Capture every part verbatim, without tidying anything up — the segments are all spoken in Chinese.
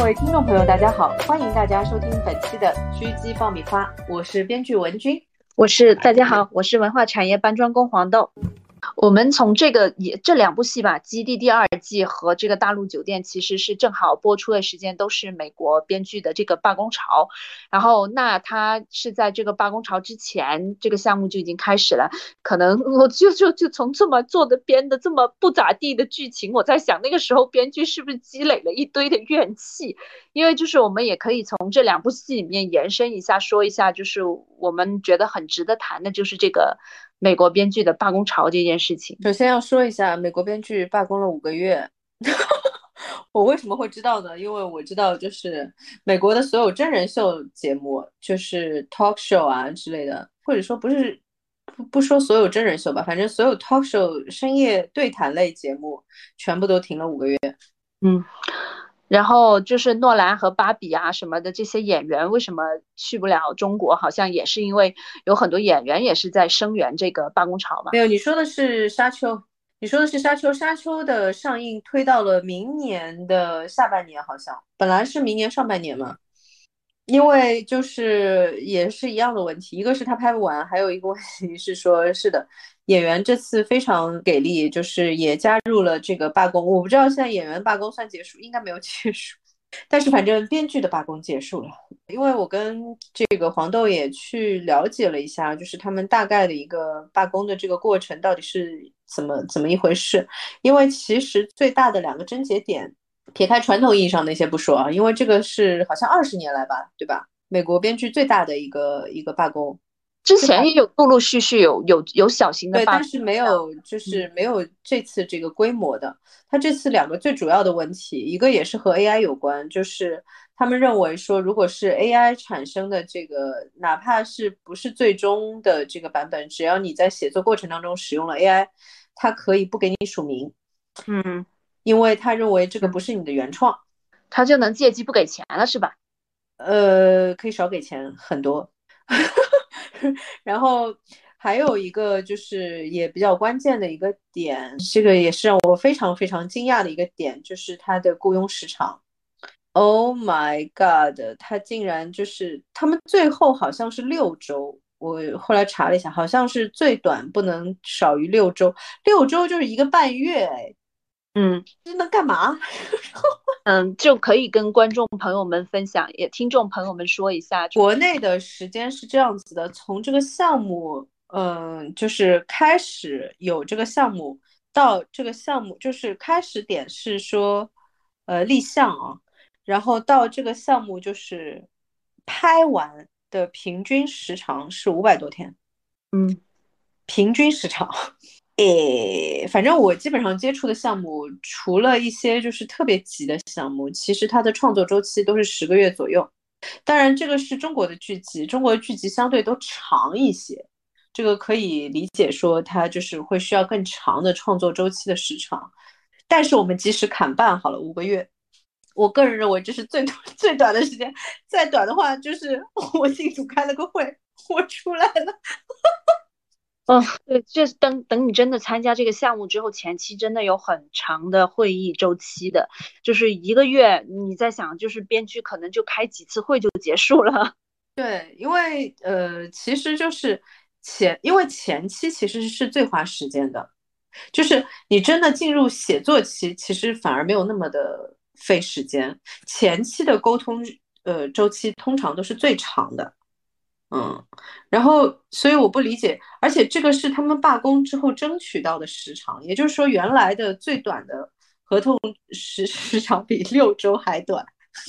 位听众朋友大家好，欢迎大家收听本期的狙击爆米花，我是编剧文君。 我是大家好，我是文化产业搬砖工黄豆。我们从这个也这两部戏吧，基地第二季和这个大陆酒店其实是正好播出的时间都是美国编剧的这个罢工潮，然后那他是在这个罢工潮之前这个项目就已经开始了，可能我就就就从这么做的编的这么不咋地的剧情，我在想那个时候编剧是不是积累了一堆的怨气，因为就是我们也可以从这两部戏里面延伸一下说一下，就是我们觉得很值得谈的就是这个美国编剧的罢工潮这件事情。 首先要说一下，美国编剧罢工了五个月。我为什么会知道呢？因为我知道，就是美国的所有真人秀节目，就是 talk show 啊之类的，或者说不是不不说所有真人秀吧，反正所有 talk show 深夜对谈类节目，全部都停了五个月。 嗯。然后就是诺兰和芭比啊什么的这些演员为什么去不了中国，好像也是因为有很多演员也是在声援这个罢工潮嘛。 没有，你说的是沙丘，你说的是沙丘，沙丘的上映推到了明年的下半年，好像本来是明年上半年嘛。因为就是也是一样的问题，一个是他拍不完，还有一个问题是说，是的，演员这次非常给力，就是也加入了这个罢工。我不知道现在演员罢工算结束，应该没有结束，但是反正编剧的罢工结束了。因为我跟这个黄豆也去了解了一下，就是他们大概的一个罢工的这个过程到底是怎么怎么一回事。因为其实最大的两个症结点，撇开传统意义上那些不说啊，因为这个是好像二十年来吧，对吧？美国编剧最大的一个一个罢工， 之前也有陆陆续续有有有小型的对， 罢工， 但是没有就是没有这次这个规模的。它这次两个最主要的问题，一个也是和 A I 有关，就是他们认为说，如果是 A I 产生的这个，哪怕是不是最终的这个版本，只要你在写作过程当中使用了 A I， 它可以不给你署名。 嗯， 因为他认为这个不是你的原创， 他就能借机不给钱了是吧？ 呃，可以少给钱很多。然后还有一个就是也比较关键的一个点，这个也是让我非常非常惊讶的一个点，就是他的雇佣时长。Oh my god，他竟然就是他们最后好像是六周，我后来查了一下，好像是最短不能少于六周，六周就是一个半月，哎。 嗯， 这能干嘛？ 嗯，就可以跟观众朋友们分享，也听众朋友们说一下， 国内的时间是这样子的，从这个项目，嗯，就是开始有这个项目到这个项目，就是开始点是说，呃，立项啊，然后到这个项目就是拍完的平均时长是五百多天， 嗯， 平均时长。诶，反正我基本上接触的项目，除了一些就是特别急的项目，其实它的创作周期都是十个月左右。当然，这个是中国的剧集，中国的剧集相对都长一些，这个可以理解说它就是会需要更长的创作周期的时长。但是我们即使砍半好了，五个月，我个人认为这是最最短的时间。再短的话，就是我进组开了个会，我出来了。 嗯，对，这等等你真的参加这个项目之后，前期真的有很长的会议周期的，就是一个月，你在想，就是编剧可能就开几次会就结束了。 对，因为呃，其实就是前，因为前期其实是最花时间的，就是你真的进入写作期，其实反而没有那么的费时间。前期的沟通呃周期通常都是最长的。嗯，然后所以我不理解，而且这个是他们罢工之后争取到的时长，也就是说原来的最短的合同时时长比六周还短。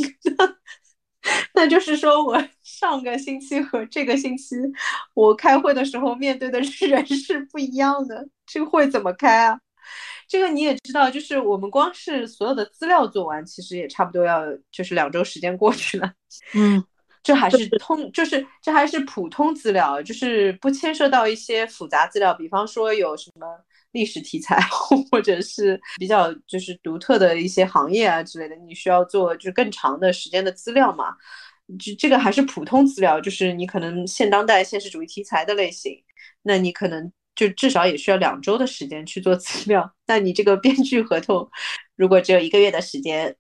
那就是说我上个星期和这个星期我开会的时候面对的人是不一样的，这个会怎么开啊？这个你也知道，就是我们光是所有的资料做完，其实也差不多要就是两周时间过去了。 嗯， 这还是通，就是这还是普通资料，就是不牵涉到一些复杂资料，比方说有什么历史题材，或者是比较就是独特的一些行业啊之类的，你需要做就更长的时间的资料嘛。这这个还是普通资料，就是你可能现当代现实主义题材的类型，那你可能就至少也需要两周的时间去做资料。那你这个编剧合同，如果只有一个月的时间，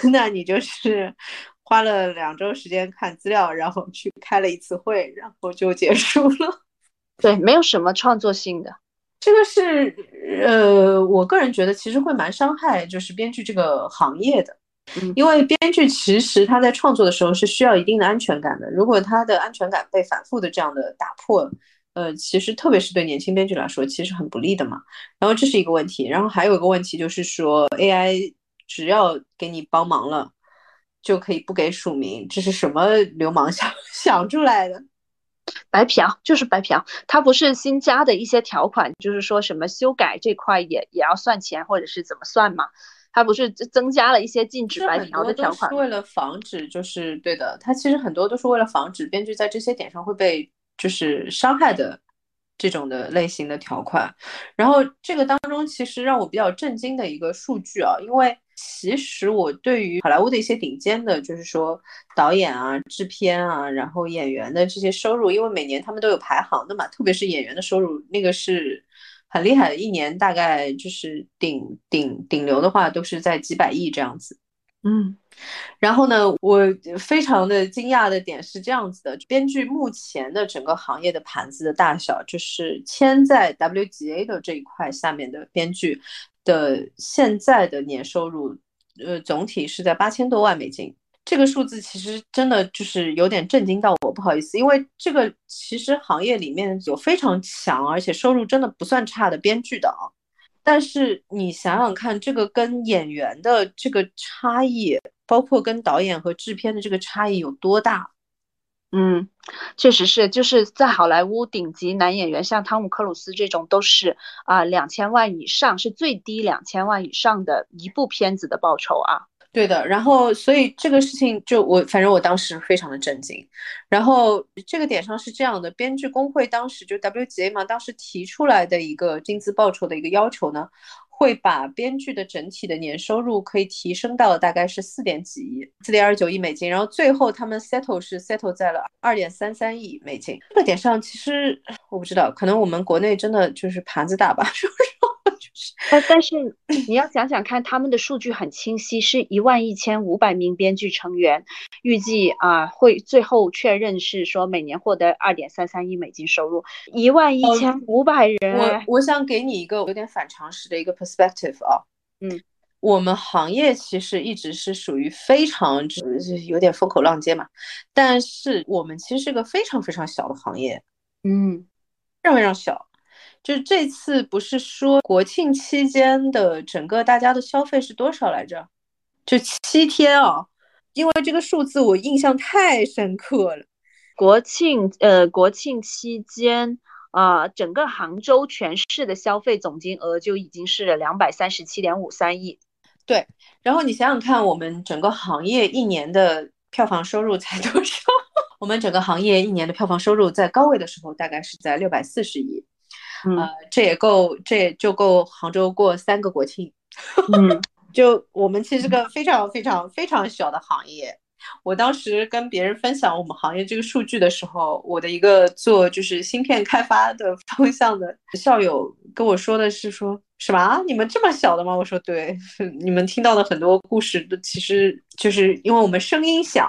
那你就是花了两周时间看资料，然后去开了一次会，然后就结束了。 对，没有什么创作性的。 这个是呃，我个人觉得其实会蛮伤害就是编剧这个行业的。 嗯， 因为编剧其实他在创作的时候是需要一定的安全感的，如果他的安全感被反复的这样的打破，呃，其实特别是对年轻编剧来说，其实很不利的嘛。然后这是一个问题，然后还有一个问题就是说，A I 只要给你帮忙了，就可以不给署名，这是什么流氓想想出来的？ 白嫖就是白嫖，它不是新加的一些条款，就是说什么修改这块也也要算钱，或者是怎么算嘛？它不是增加了一些禁止其实白嫖很多都的条款吗？ 是为了防止，就是对的，它其实很多都是为了防止编剧在这些点上会被就是伤害的这种的类型的条款。然后这个当中其实让我比较震惊的一个数据啊，因为其实我对于好莱坞的一些顶尖的，就是说导演啊、制片啊，然后演员的这些收入，因为每年他们都有排行的嘛，特别是演员的收入，那个是很厉害的，一年大概就是顶顶顶流的话，都是在几百亿这样子。 嗯然后呢，我非常的惊讶的点是这样子的：编剧目前的整个行业的盘子的大小，就是签在 W G A 的这一块下面的编剧的现在的年收入，呃，总体是在八千多万美金。这个数字其实真的就是有点震惊到我，不好意思，因为这个其实行业里面有非常强而且收入真的不算差的编剧的啊。但是你想想看，这个跟演员的这个差异，包括跟导演和制片的这个差异有多大？ 嗯，确实是，就是在好莱坞顶级男演员，像汤姆克鲁斯这种，都是啊两千万以上，是最低两千万以上的一部片子的报酬啊。 对的，然后所以这个事情就我反正我当时非常的震惊，然后这个点上是这样的，编剧工会当时就 W G A 嘛，当时提出来的一个薪资报酬的一个要求呢，会把编剧的整体的年收入可以提升到大概是四点几亿，四点二九亿美金，然后最后他们 settle 是 settle 在了二点三三亿美金，这个点上其实我不知道，可能我们国内真的就是盘子大吧，说实话就是。 但但是你要想想看，他们的数据很清晰，是一万一千五百名编剧成员，预计啊会最后确认是说每年获得二点三三亿美金收入，一万一千五百人哎。 我我想给你一个有点反常识的一个 perspective 啊， 嗯我们行业其实一直是属于非常有点风口浪尖嘛，但是我们其实是个非常非常小的行业， 嗯， 非常非常小。就是这次不是说国庆期间的整个大家的消费是多少来着？就七天啊，因为这个数字我印象太深刻了。 国庆呃国庆期间啊、整个杭州全市的消费总金额就已经是两百三十七点五三亿。 对，然后你想想看，我们整个行业一年的票房收入才多少？我们整个行业一年的票房收入在高位的时候大概是在六百四十亿，呃， 嗯这也够，这也就够杭州过三个国庆。 嗯。 就我们其实是个非常非常非常小的行业。我当时跟别人分享我们行业这个数据的时候，我的一个做就是芯片开发的方向的校友跟我说的是说什么？你们这么小的吗？我说对，你们听到的很多故事都其实就是因为我们声音响，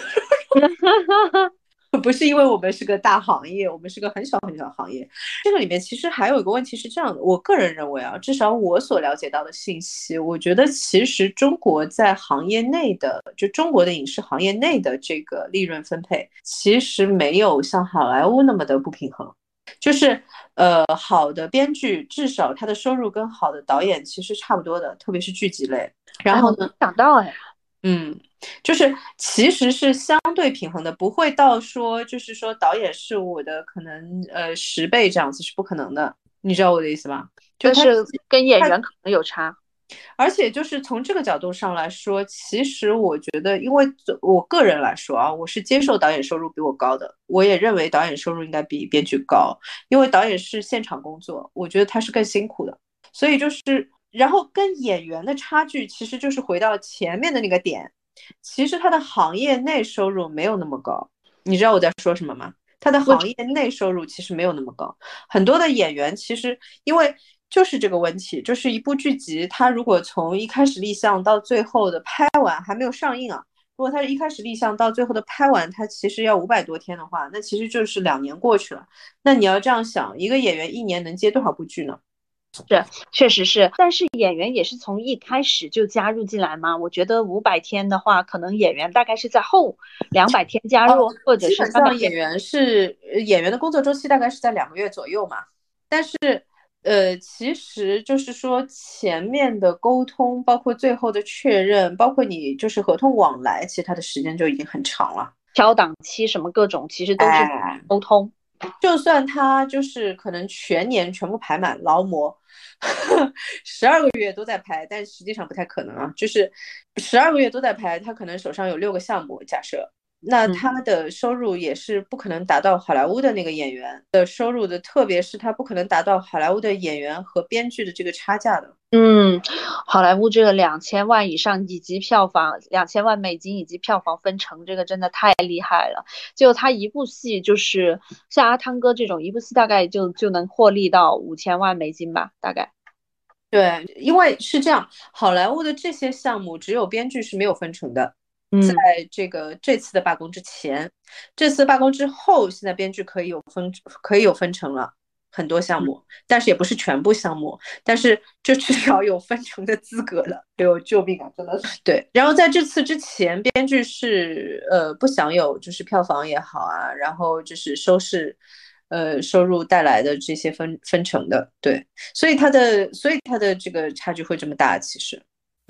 不是因为我们是个大行业，我们是个很小很小的行业。这个里面其实还有一个问题是这样的，我个人认为啊，至少我所了解到的信息，我觉得其实中国在行业内的，就中国的影视行业内的这个利润分配，其实没有像好莱坞那么的不平衡。就是呃，好的编剧至少他的收入跟好的导演其实差不多的，特别是剧集类。然哎，我后呢， 没想到哎。 嗯，就是其实是相对平衡的，不会到说就是说导演是我的可能呃十倍这样子是不可能的，你知道我的意思吗？就他但是跟演他， 员可能有差。 而且就是从这个角度上来说，其实我觉得，因为我个人来说啊，我是接受导演收入比我高的，我也认为导演收入应该比编剧高，因为导演是现场工作，我觉得他是更辛苦的，所以就是。然后跟演员的差距，其实就是回到前面的那个点，其实他的行业内收入没有那么高，你知道我在说什么吗？他的我行业内收入其实没有那么高，很多的演员其实因为就是这个问题，就是一部剧集，它如果从一开始立项到最后的拍完还没有上映啊，如果它是一开始立项到最后的拍完，它其实要五百多天的话，那其实就是两年过去了。那你要这样想，一个演员一年能接多少部剧呢？ 是，确实是，但是演员也是从一开始就加入进来吗？我觉得五百天的话，可能演员大概是在后两百天加入， 哦， 或者基本是三百天。 上演员是演员的工作周期大概是在两个月左右嘛。但是，呃，其实就是说前面的沟通，包括最后的确认，包括你就是合同往来，其实它的时间就已经很长了。 调档期什么各种，其实都是哎， 沟通。 就算他就是可能全年全部排满劳模，十二个月都在排，但实际上不太可能啊。就是十二个月都在排，他可能手上有六个项目，假设，那嗯他的收入也是不可能达到好莱坞的那个演员的收入的，特别是他不可能达到好莱坞的演员和编剧的这个差价的。 嗯，好莱坞这个两千万以上以及票房两千万美金以及票房分成，这个真的太厉害了。就他一部戏，就是像阿汤哥这种，一部戏大概就就能获利到五千万美金吧，大概。 对，因为是这样，好莱坞的这些项目只有编剧是没有分成的。在嗯这个这次的罢工之前，这次罢工之后，现在编剧可以有分可以有分成了很多项目，但是也不是全部项目，但是就至少有分成的资格了。哎呦，救命啊！真的是对。然后在这次之前，编剧是呃不享有就是票房也好啊，然后就是收视呃收入带来的这些分分成的，对，所以它的所以它的这个差距会这么大，其实。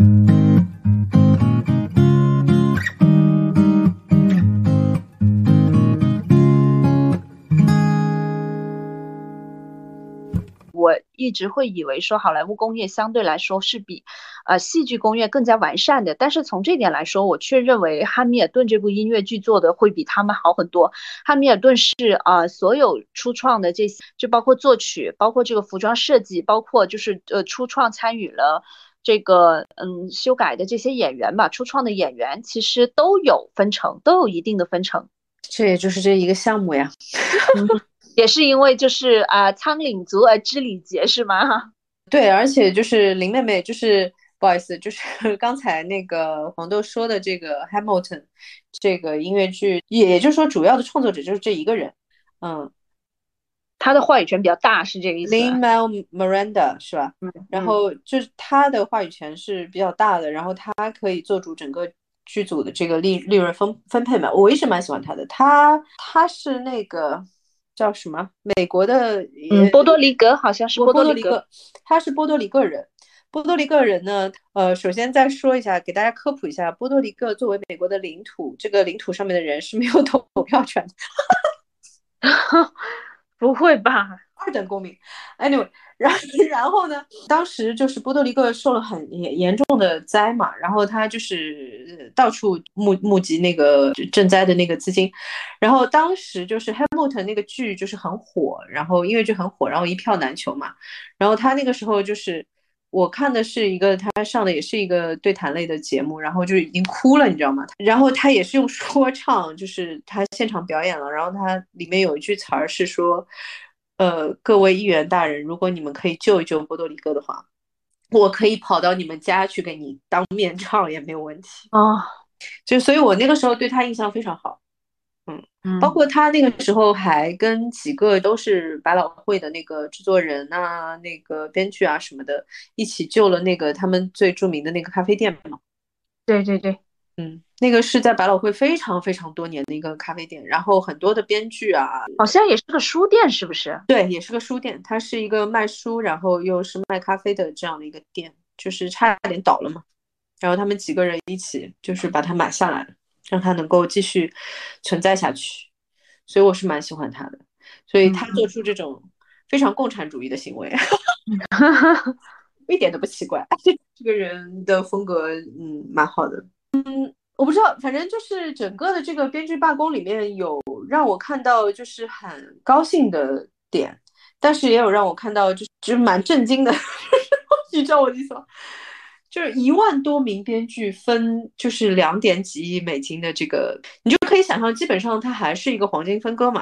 我一直会以为说好莱坞工业相对来说是比呃戏剧工业更加完善的，但是从这点来说，我却认为《汉密尔顿》这部音乐剧做的会比他们好很多。汉密尔顿是啊、呃、所有初创的这些，就包括作曲，包括这个服装设计，包括就是呃初创参与了这个嗯修改的这些演员吧，初创的演员其实都有分成，都有一定的分成。 这也就是这一个项目呀。 嗯，也是因为就是啊、呃仓廪足而知礼节是吗？ 对，而且就是林妹妹，就是不好意思，就是刚才那个黄豆说的这个《Hamilton》这个音乐剧，也也就是说，主要的创作者就是这一个人。嗯他的话语权比较大，是这个意思吧？ ，Lin-Manuel Miranda 是吧？ 嗯嗯， 然后就是他的话语权是比较大的，然后他可以做主整个剧组的这个利利润分分配嘛。我一直蛮喜欢他的，他他是那个叫什么？美国的嗯，波多黎各好像是波波多黎各。 波多黎各，他是波多黎各人。波多黎各人呢，呃，首先再说一下，给大家科普一下，波多黎各作为美国的领土，这个领土上面的人是没有投票权的。 不会吧？ 二等公民。Anyway，然后然后呢，当时就是波多黎各受了很严严重的灾嘛，然后他就是到处募募集那个赈灾的那个资金，然后当时就是《汉密尔顿》那个剧就是很火，然后音乐剧很火，然后一票难求嘛，然后他那个时候就是。我看的是一个他上的也是一个对谈类的节目，然后就已经哭了，你知道吗？然后他也是用说唱，就是他现场表演了，然后他里面有一句词儿是说，呃，各位议员大人，如果你们可以救一救波多黎各的话，我可以跑到你们家去给你当面唱也没有问题。 哦， 就所以，我那个时候对他印象非常好。嗯，包嗯， 括他那个时候还跟几个都是百老汇的那个制作人啊、那个编剧啊什么的，一起救了那个他们最著名的那个咖啡店嘛。 对对对， 嗯，那个是在百老汇非常非常多年的一个咖啡店，然后很多的编剧啊， 好像也是个书店，是不是？ 对，也是个书店，它是一个卖书，然后又是卖咖啡的这样的一个店，就是差点倒了嘛。然后他们几个人一起就是把它买下来了，让它能够继续存在下去。所以我是蛮喜欢他的，所以他做嗯嗯出这种非常共产主义的行为， 嗯， 一点都不奇怪。这个人的风格，嗯，蛮好的。我不知道，反正就是整个的这个编剧罢工里面有让我看到就是很高兴的点，但是也有让我看到就是就是蛮震惊的，你知道我的意思吗？就是一万多名编剧分就是两点几亿美金的这个，你就可以想象，基本上它还是一个黄金分割嘛。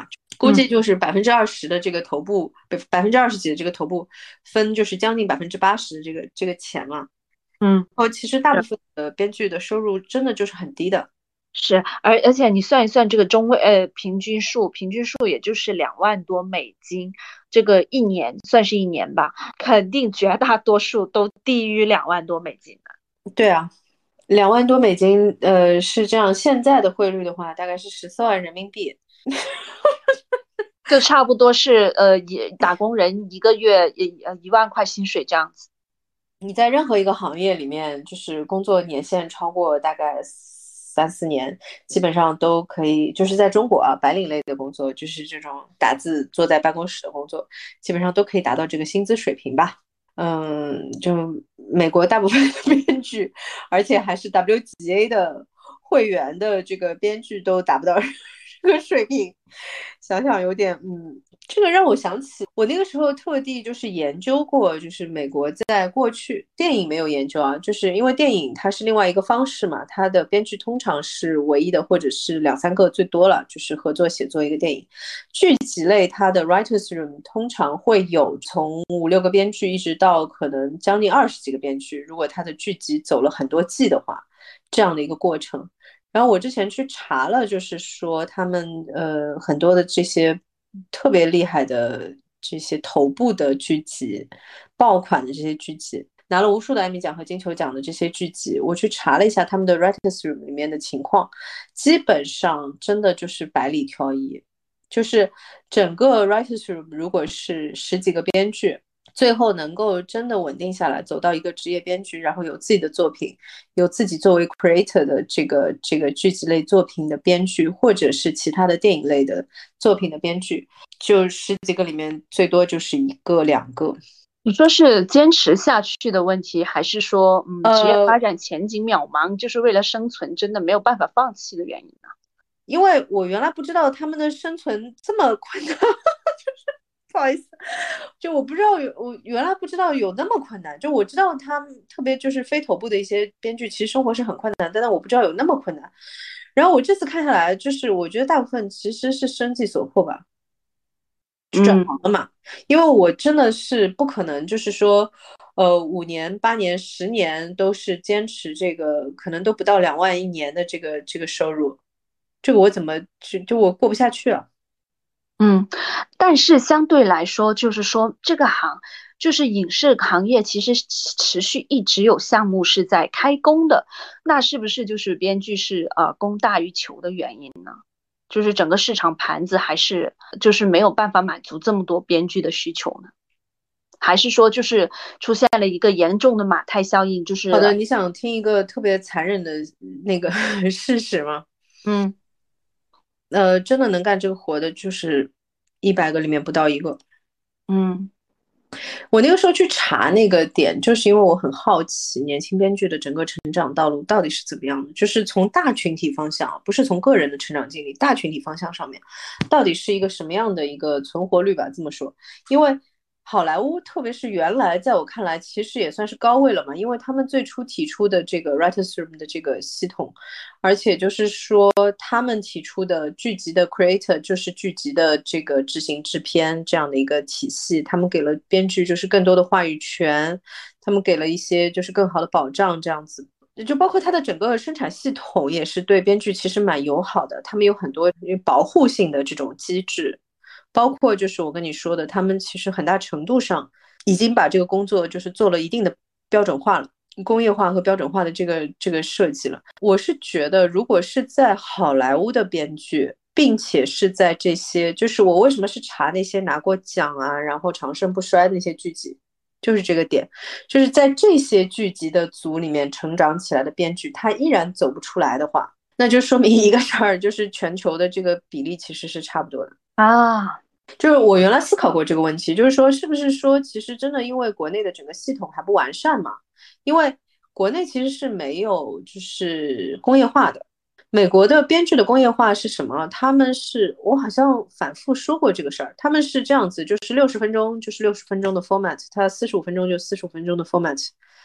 估计就是百分之二十的这个头部，百分之二十几的这个头部分就是将近百分之八十的这个这个钱嘛。 嗯， 哦，其实大部分的编剧的收入真的就是很低的。 是，而而且你算一算这个中位呃平均数，平均数也就是两万多美金，这个一年算是一年吧，肯定绝大多数都低于两万多美金的。 对啊，两万多美金，呃，是这样，现在的汇率的话，大概是十四万人民币。 就差不多是呃也打工人一个月也呃一万块薪水这样子。 你在任何一个行业里面，就是工作年限超过大概三四年，基本上都可以。就是在中国啊，白领类的工作，就是这种打字坐在办公室的工作，基本上都可以达到这个薪资水平吧。嗯，就美国大部分的编剧，而且还是 W G A 的会员的这个编剧都达不到这个水平，想想有点嗯，这个让我想起我那个时候特地就是研究过，就是美国在过去电影没有研究啊，就是因为电影它是另外一个方式嘛，它的编剧通常是唯一的，或者是两三个最多了，就是合作写作一个电影。剧集类它的 writers room 通常会有从五六个编剧一直到可能将近二十几个编剧，如果它的剧集走了很多季的话，这样的一个过程。然后我之前去查了，就是说他们呃很多的这些特别厉害的这些头部的剧集，爆款的这些剧集，拿了无数的艾米奖和金球奖的这些剧集，我去查了一下他们的 writers room 里面的情况，基本上真的就是百里挑一，就是整个 writers room 如果是十几个编剧。最后能够真的稳定下来，走到一个职业编剧，然后有自己的作品，有自己作为 creator 的这个这个剧集类作品的编剧，或者是其他的电影类的作品的编剧，就十几个里面最多就是一个两个。 你说是坚持下去的问题，还是说嗯职业发呃， 展前景渺茫，就是为了生存真的没有办法放弃的原因呢？ 因为我原来不知道他们的生存这么困难，就是不好意思，就我不知道有我原来不知道有那么困难，就我知道他们特别就是非头部的一些编剧，其实生活是很困难，但是我不知道有那么困难。然后我这次看下来，就是我觉得大部分其实是生计所迫吧，转嗯行了嘛。因为我真的是不可能，就是说，呃，五年、八年、十年都是坚持这个，可能都不到两万一年的这个这个收入，这个我怎么就就我过不下去啊？ 嗯，但是相对来说，就是说这个行就是影视行业，其实持续一直有项目是在开工的，那是不是就是编剧是呃供大于求的原因呢？就是整个市场盘子还是就是没有办法满足这么多编剧的需求呢？还是说就是出现了一个严重的马太效应？就是好的，你想听一个特别残忍的那个事实吗？ 嗯呃，真的能干这个活的，就是一百个里面不到一个。 嗯我那个时候去查那个点，就是因为我很好奇年轻编剧的整个成长道路到底是怎么样的，就是从大群体方向，不是从个人的成长经历，大群体方向上面，到底是一个什么样的一个存活率吧？这么说，因为好莱坞，特别是原来在我看来，其实也算是高位了嘛，因为他们最初提出的这个 writers room 的这个系统，而且就是说他们提出的剧集的 creator 就是剧集的这个执行制片这样的一个体系，他们给了编剧就是更多的话语权，他们给了一些就是更好的保障，这样子。就包括它的整个生产系统也是对编剧其实蛮友好的，他们有很多保护性的这种机制，包括就是我跟你说的，他们其实很大程度上已经把这个工作就是做了一定的标准化了。工业化和标准化的这个这个设计了，我是觉得，如果是在好莱坞的编剧，并且是在这些，就是我为什么是查那些拿过奖啊，然后长盛不衰的那些剧集，就是这个点，就是在这些剧集的组里面成长起来的编剧，他依然走不出来的话，那就说明一个事儿，就是全球的这个比例其实是差不多的。 啊。 就是我原来思考过这个问题，就是说是不是说其实真的因为国内的整个系统还不完善嘛？因为国内其实是没有就是工业化的。美国的编剧的工业化是什么？他们是我好像反复说过这个事儿，他们是这样子，就是六十分钟就是六十分钟的 format，它四十五分钟就四十五分钟的 format，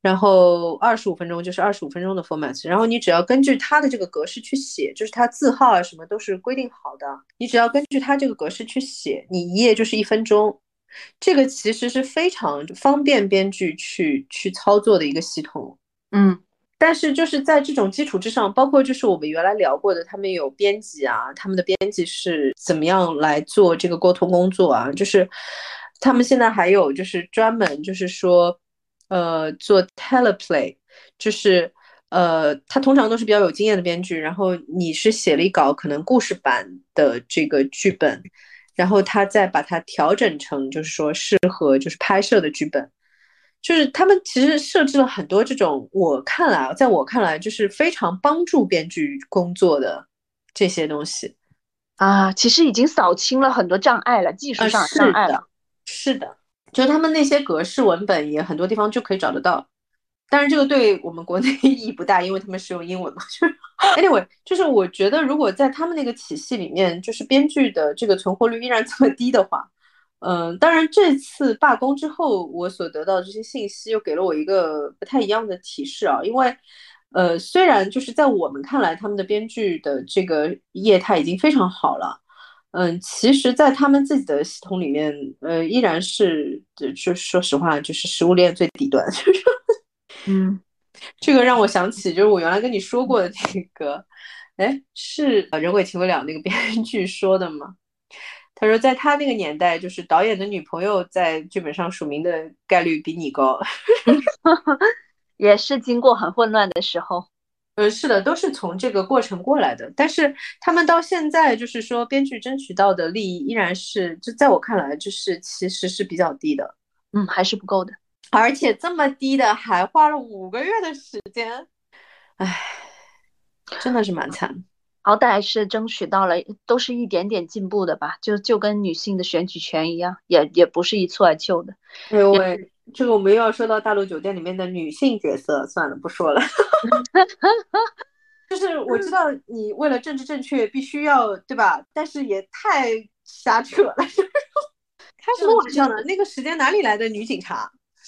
然后二十五分钟就是二十五分钟的 format，然后你只要根据它的这个格式去写，就是它字号啊什么都是规定好的，你只要根据它这个格式去写，你一页就是一分钟。这个其实是非常方便编剧去去操作的一个系统。 嗯但是就是在这种基础之上，包括就是我们原来聊过的，他们有编辑啊，他们的编辑是怎么样来做这个沟通工作啊？就是他们现在还有就是专门就是说，呃，做 teleplay，就是呃，他通常都是比较有经验的编剧，然后你是写了一稿可能故事版的这个剧本，然后他再把它调整成就是说适合就是拍摄的剧本。就是他们其实设置了很多这种，我看来，在我看来，就是非常帮助编剧工作的这些东西。 啊，其实已经扫清了很多障碍了，技术呃， 上的障是的， 碍了。 是的，就是他们那些格式文本也很多地方就可以找得到。当然，这个对我们国内意义不大，因为他们是用英文嘛。就是 anyway，就是我觉得如果在他们那个体系里面，就是编剧的这个存活率依然这么低的话，嗯，当然这次罢工之后，我所得到的这些信息又给了我一个不太一样的提示啊，因为，呃，虽然就是在我们看来，他们的编剧的这个业态已经非常好了，嗯，其实，在他们自己的系统里面，呃，依然是，就就说实话，就是食物链最底端，就是嗯。 这个让我想起，就是我原来跟你说过的那个，哎，是呃人鬼情未了那个编剧说的吗？他说，在他那个年代，就是导演的女朋友在剧本上署名的概率比你高。 也是经过很混乱的时候。 呃，是的，都是从这个过程过来的。但是他们到现在，就是说编剧争取到的利益依然是，就在我看来，就是其实是比较低的， 嗯，还是不够的。 而且这么低的还花了五个月的时间，唉，真的是蛮惨。 好歹是争取到了，都是一点点进步的吧，就就跟女性的选举权一样，也也不是一蹴而就的。 哎呦喂，这个我们又要说到大陆酒店里面的女性角色，算了，不说了。就是我知道你为了政治正确必须要，对吧？但是也太瞎扯了。开什么玩笑呢？那个时间哪里来的女警察？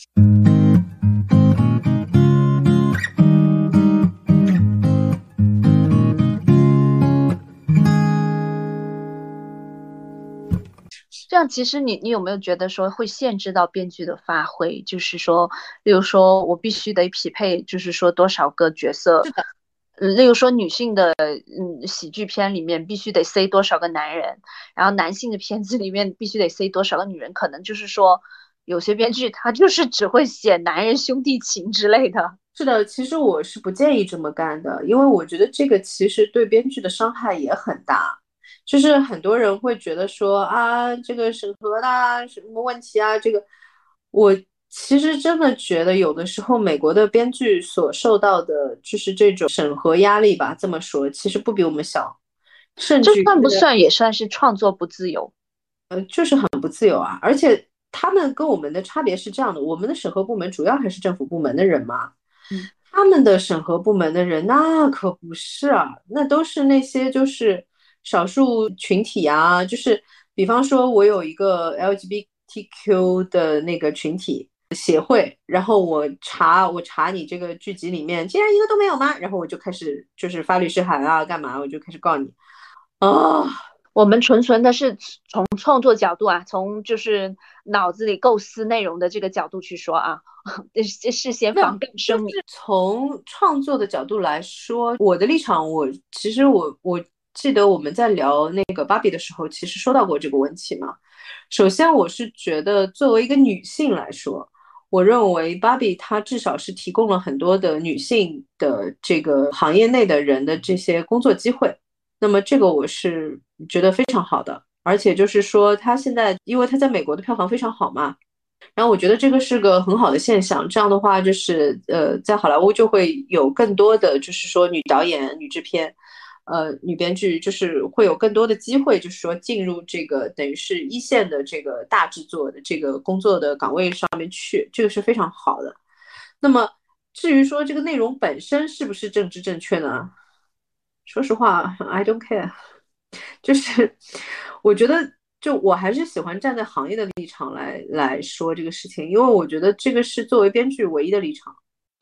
这样其实你你有没有觉得说会限制到编剧的发挥？就是说，例如说我必须得匹配，就是说多少个角色， 是的， 呃例如说女性的嗯喜剧片里面必须得塞多少个男人，然后男性的片子里面必须得塞多少个女人，可能就是说有些编剧他就是只会写男人兄弟情之类的。 是的。其实我是不建议这么干的，因为我觉得这个其实对编剧的伤害也很大。就是很多人会觉得说啊，这个审核的啊什么问题啊，这个我其实真的觉得有的时候美国的编剧所受到的就是这种审核压力吧，这么说其实不比我们小，甚至于这算不算也算是创作不自由？ 很不自由啊。而且他们跟我们的差别是这样的，我们的审核部门主要还是政府部门的人嘛， 嗯。 他们的审核部门的人那可不是啊，那都是那些就是少数群体啊，就是比方说我有一个 L G B T Q 的那个群体协会，然后我查我查你这个剧集里面竟然一个都没有吗？然后我就开始就是发律师函啊，干嘛我就开始告你啊。哦我们纯纯的是从创作角度啊，从就是脑子里构思内容的这个角度去说啊，事事先没有， 防杠就是声明。 从创作的角度来说，我的立场，我其实我我记得我们在聊那个芭比的时候，其实说到过这个问题嘛。首先，我是觉得作为一个女性来说，我认为芭比她至少是提供了很多的女性的这个行业内的人的这些工作机会，那么这个我是觉得非常好的。而且就是说，她现在因为她在美国的票房非常好嘛。然后我觉得这个是个很好的现象，这样的话就是呃，在好莱坞就会有更多的就是说女导演、女制片，呃，女编剧，就是会有更多的机会，就是说进入这个等于是一线的这个大制作的这个工作的岗位上面去，这个是非常好的。那么至于说这个内容本身是不是政治正确呢？说实话，I don't care。就是我觉得，就我还是喜欢站在行业的立场来来说这个事情，因为我觉得这个是作为编剧唯一的立场。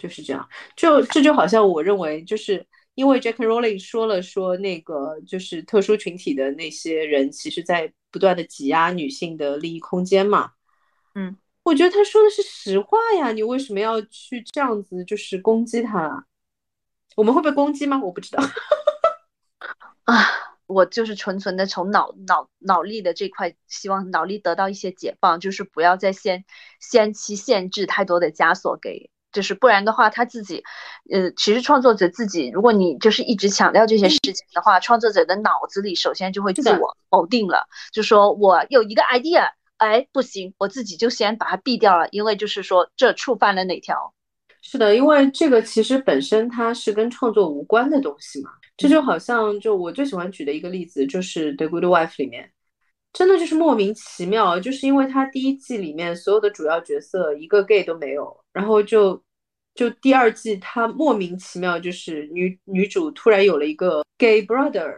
就是这样。就这就好像我认为，就是因为 J K. Rowling 说了说那个就是特殊群体的那些人，其实在不断的挤压女性的利益空间嘛。 嗯我觉得他说的是实话呀，你为什么要去这样子就是攻击他？我们会被攻击吗？我不知道。 啊，我就是纯纯的从脑脑脑力的这块，希望脑力得到一些解放，就是不要再先先期限制太多的枷锁给，就是不然的话，他自己，呃，其实创作者自己，如果你就是一直强调这些事情的话，创作者的脑子里首先就会是的， 自我否定了，就说我有一个 idea，哎，不行，我自己就先把它毙掉了，因为就是说这触犯了哪条。 是的，因为这个其实本身它是跟创作无关的东西嘛。这嗯就好像就我最喜欢举的一个例子，就是《The Good Wife》里面，真的就是莫名其妙，就是因为他第一季里面所有的主要角色一个 gay 都没有，然后就就第二季他莫名其妙就是女女主突然有了一个 gay brother，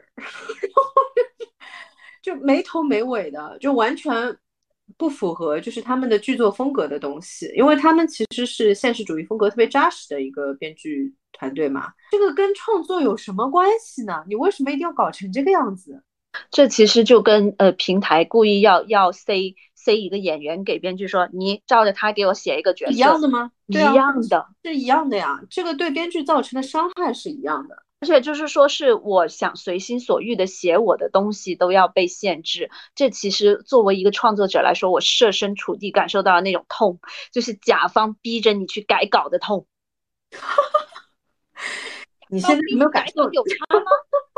就没头没尾的，就完全不符合就是他们的剧作风格的东西，因为他们其实是现实主义风格特别扎实的一个编剧团队嘛，这个跟创作有什么关系呢？你为什么一定要搞成这个样子？ 这其实就跟呃平台故意要要塞塞一个演员给编剧说，你照着他给我写一个角一色， 样的吗？对一啊， 样的。 是一样的呀，这个对编剧造成的伤害是一样的。 而且就是说，是我想随心所欲的写我的东西都要被限制。这其实作为一个创作者来说，我设身处地感受到了那种痛，就是甲方逼着你去改稿的痛。 你现在有方逼你没有感受？ 改稿有差吗？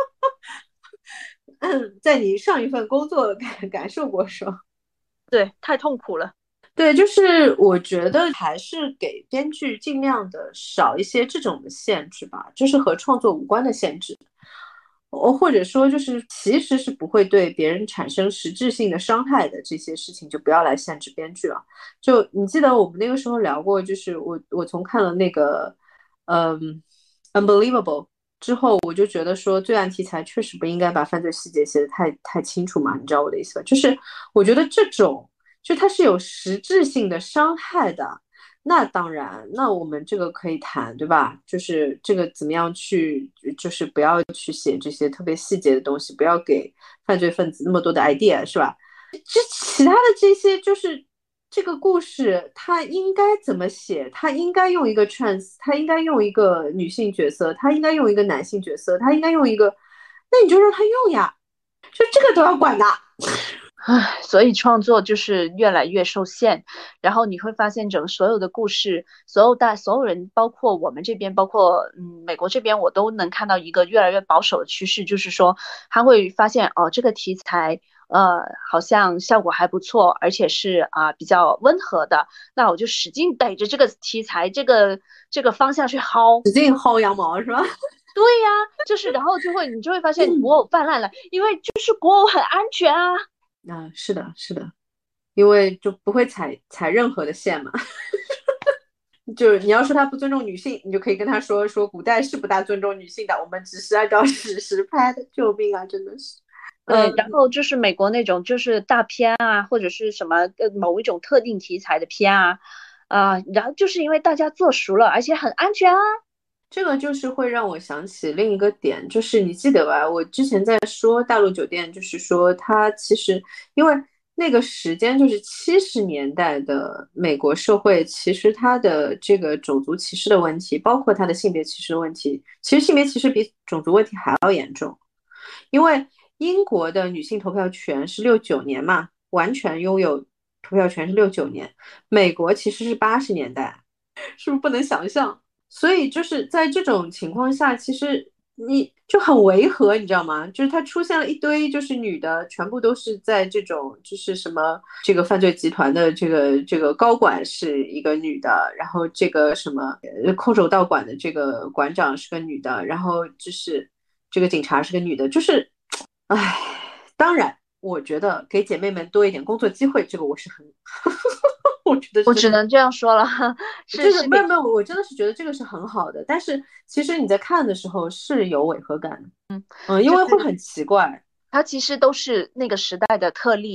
在你上一份工作感感受过是吧？ 对，太痛苦了。 对，就是我觉得还是给编剧尽量的少一些这种的限制吧，就是和创作无关的限制，哦，或者说就是其实是不会对别人产生实质性的伤害的这些事情，就不要来限制编剧了。就你记得我们那个时候聊过，就是我我从看了那个嗯《Unbelievable》之后，我就觉得说罪案题材确实不应该把犯罪细节写得太太清楚嘛，你知道我的意思吧？就是我觉得这种就它是有实质性的伤害的。那当然，那我们这个可以谈，对吧？就是这个怎么样去，就是不要去写这些特别细节的东西，不要给犯罪分子那么多的 idea，是吧？这其他的这些，就是这个故事，它应该怎么写？它应该用一个 trans，它应该用一个女性角色，它应该用一个男性角色，它应该用一个，那你就让他用呀，就这个都要管的。 唉，所以创作就是越来越受限，然后你会发现整个所有的故事，所有大所有人，包括我们这边，包括嗯美国这边，我都能看到一个越来越保守的趋势，就是说他会发现哦这个题材呃好像效果还不错，而且是啊、比较温和的，那我就使劲逮着这个题材这个这个方向去薅。 使劲薅羊毛是吧？ 对呀，就是然后就会你就会发现古偶泛滥了，因为就是古偶很安全啊。 啊，是的，是的，因为就不会踩踩任何的线嘛。就是你要说他不尊重女性，你就可以跟他说说古代是不大尊重女性的，我们只是按照史实拍的。救命啊，真的是。 对， 嗯， 然后就是美国那种就是大片啊，或者是什么呃某一种特定题材的片啊，啊、然后就是因为大家做熟了，而且很安全啊。 这个就是会让我想起另一个点，就是你记得吧？我之前在说大陆酒店，就是说它其实因为那个时间就是七十年代的美国社会，其实它的这个种族歧视的问题，包括它的性别歧视的问题，其实性别歧视比种族问题还要严重。因为英国的女性投票权是六九年嘛，完全拥有投票权是六九年，美国其实是八十年代，是不是不能想象？所以就是在这种情况下，其实你就很违和，你知道吗？就是它出现了一堆就是女的，全部都是在这种就是什么这个犯罪集团的这个这个高管是一个女的，然后这个什么呃空手道馆的这个馆长是个女的，然后就是这个警察是个女的，就是唉，当然我觉得给姐妹们多一点工作机会，这个我是很我觉得是我只能这样说了，是这个是给没有没有，我真的是觉得这个是很好的，但是其实你在看的时候是有违和感的，嗯，因就是为会很奇怪。 它其实都是那个时代的特例，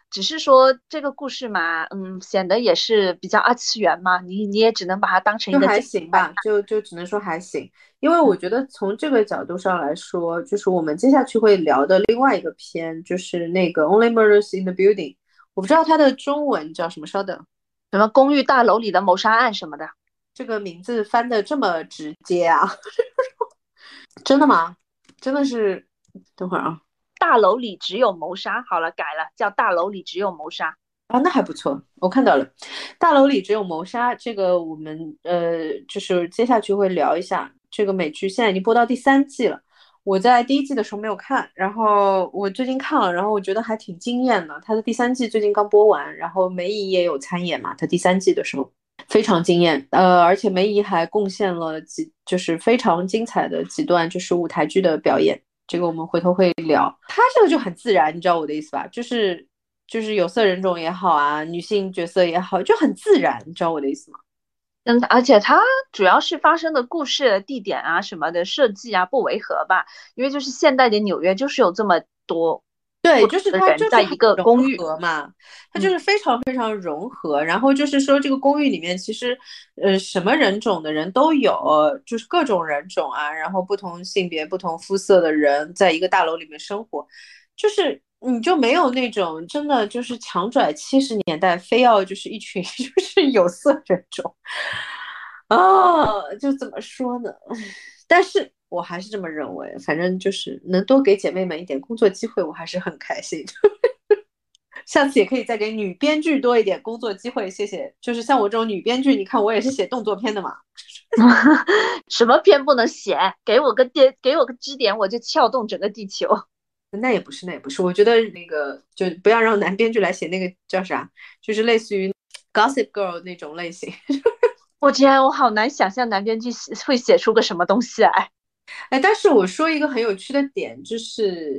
只是说这个故事嘛，嗯，显得也是比较二次元嘛，你你也只能把它当成一就还个家来行吧，就就只能说还行，因为我嗯， 觉得从这个角度上来说，就是我们接下去会聊的另外一个片，就是那个《Only Murders in the Building》，我不知道它的中文叫什么，稍等， 什么公寓大楼里的谋杀案什么的。 这个名字翻的这么直接啊？真的吗？真的是，等会儿啊。 大楼里只有谋杀，好了，改了，叫大楼里只有谋杀。 啊，那还不错，我看到了。大楼里只有谋杀，这个我们呃，就是接下去会聊一下这个美剧，现在已经播到第三季了。我在第一季的时候没有看，然后我最近看了，然后我觉得还挺惊艳的。它的第三季最近刚播完，然后梅姨也有参演嘛，它第三季的时候非常惊艳。呃，而且梅姨还贡献了几，就是非常精彩的几段，就是舞台剧的表演。这个我们回头会聊。它这个就很自然，你知道我的意思吧？就是就是有色人种也好啊，女性角色也好，就很自然，你知道我的意思吗？ 嗯，而且它主要是发生的故事、地点啊什么的设计啊不违和吧，因为就是现代的纽约就是有这么多对， 不同就是的人它就是很在一个融公寓。 合嘛，它就嗯， 是非常非常融合。然后就是说，这个公寓里面其实，呃，什么人种的人都有，就是各种人种啊，然后不同性别、不同肤色的人在一个大楼里面生活，就是你就没有那种真的就是强拽七十年代非要就是一群就是有色人种啊，就怎么说呢？但是我还是这么认为，反正就是能多给姐妹们一点工作机会，我还是很开心的。下次也可以再给女编剧多一点工作机会，谢谢。就是像我这种女编剧，你看我也是写动作片的嘛。 什么片不能写？给我个点，给我个支点，我就撬动整个地球。 那也不是，那也不是，我觉得那个就不要让男编剧来写那个叫啥，就是类似于 Gossip Girl 那种类型。 我天，我好难想象男编剧写会写出个什么东西来。 哎，但是我说一个很有趣的点，就是，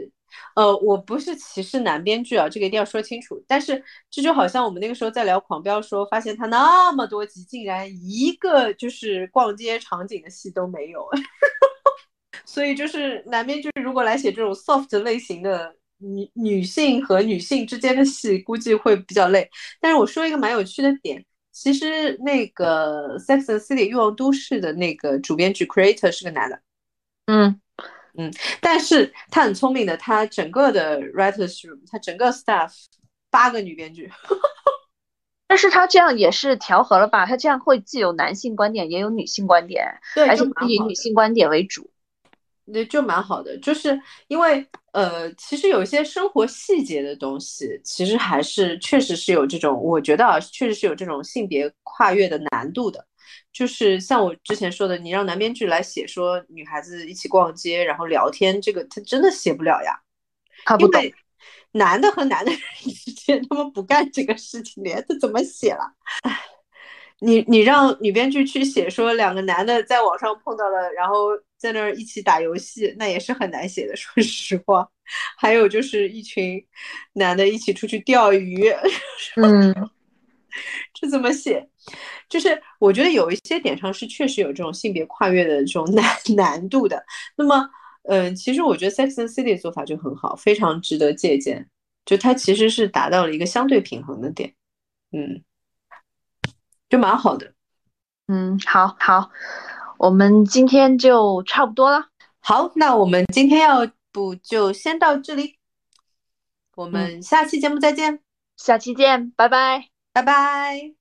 呃，我不是歧视男编剧啊，这个一定要说清楚。但是这就好像我们那个时候在聊《狂飙》说，发现他那么多集，竟然一个就是逛街场景的戏都没有。所以就是男编剧如果来写这种 soft 类型的女女性和女性之间的戏，估计会比较累。但是我说一个蛮有趣的点，其实那个《Sex and City》欲望都市的那个主编剧 creator 是个男的。 嗯， 嗯，但是他很聪明的，他整个的 writers room，他整个 staff 八个女编剧。 但是他这样也是调和了吧？他这样会既有男性观点，也有女性观点， 对，就而且是以蛮好的。 女性观点为主。 对，就蛮好的，就是因为呃，其实有一些生活细节的东西，其实还是确实是有这种，我觉得啊，确实是有这种性别跨越的难度的。就是像我之前说的，你让男编剧来写说女孩子一起逛街，然后聊天，这个他真的写不了呀， 他不懂。 因为男的和男的人之间他们不干这个事情的呀，他怎么写了？你你让女编剧去写说两个男的在网上碰到了，然后在那儿一起打游戏，那也是很难写的，说实话。还有就是一群男的一起出去钓鱼， 嗯这怎么写？就是我觉得有一些点上是确实有这种性别跨越的这种难难度的。那么，嗯、呃，其实我觉得《Sex and City》做法就很好，非常值得借鉴。就它其实是达到了一个相对平衡的点，嗯，就蛮好的。 嗯，好好，我们今天就差不多了。 好，那我们今天要不就先到这里，我嗯， 们下期节目再见， 下期见，拜拜。 拜拜。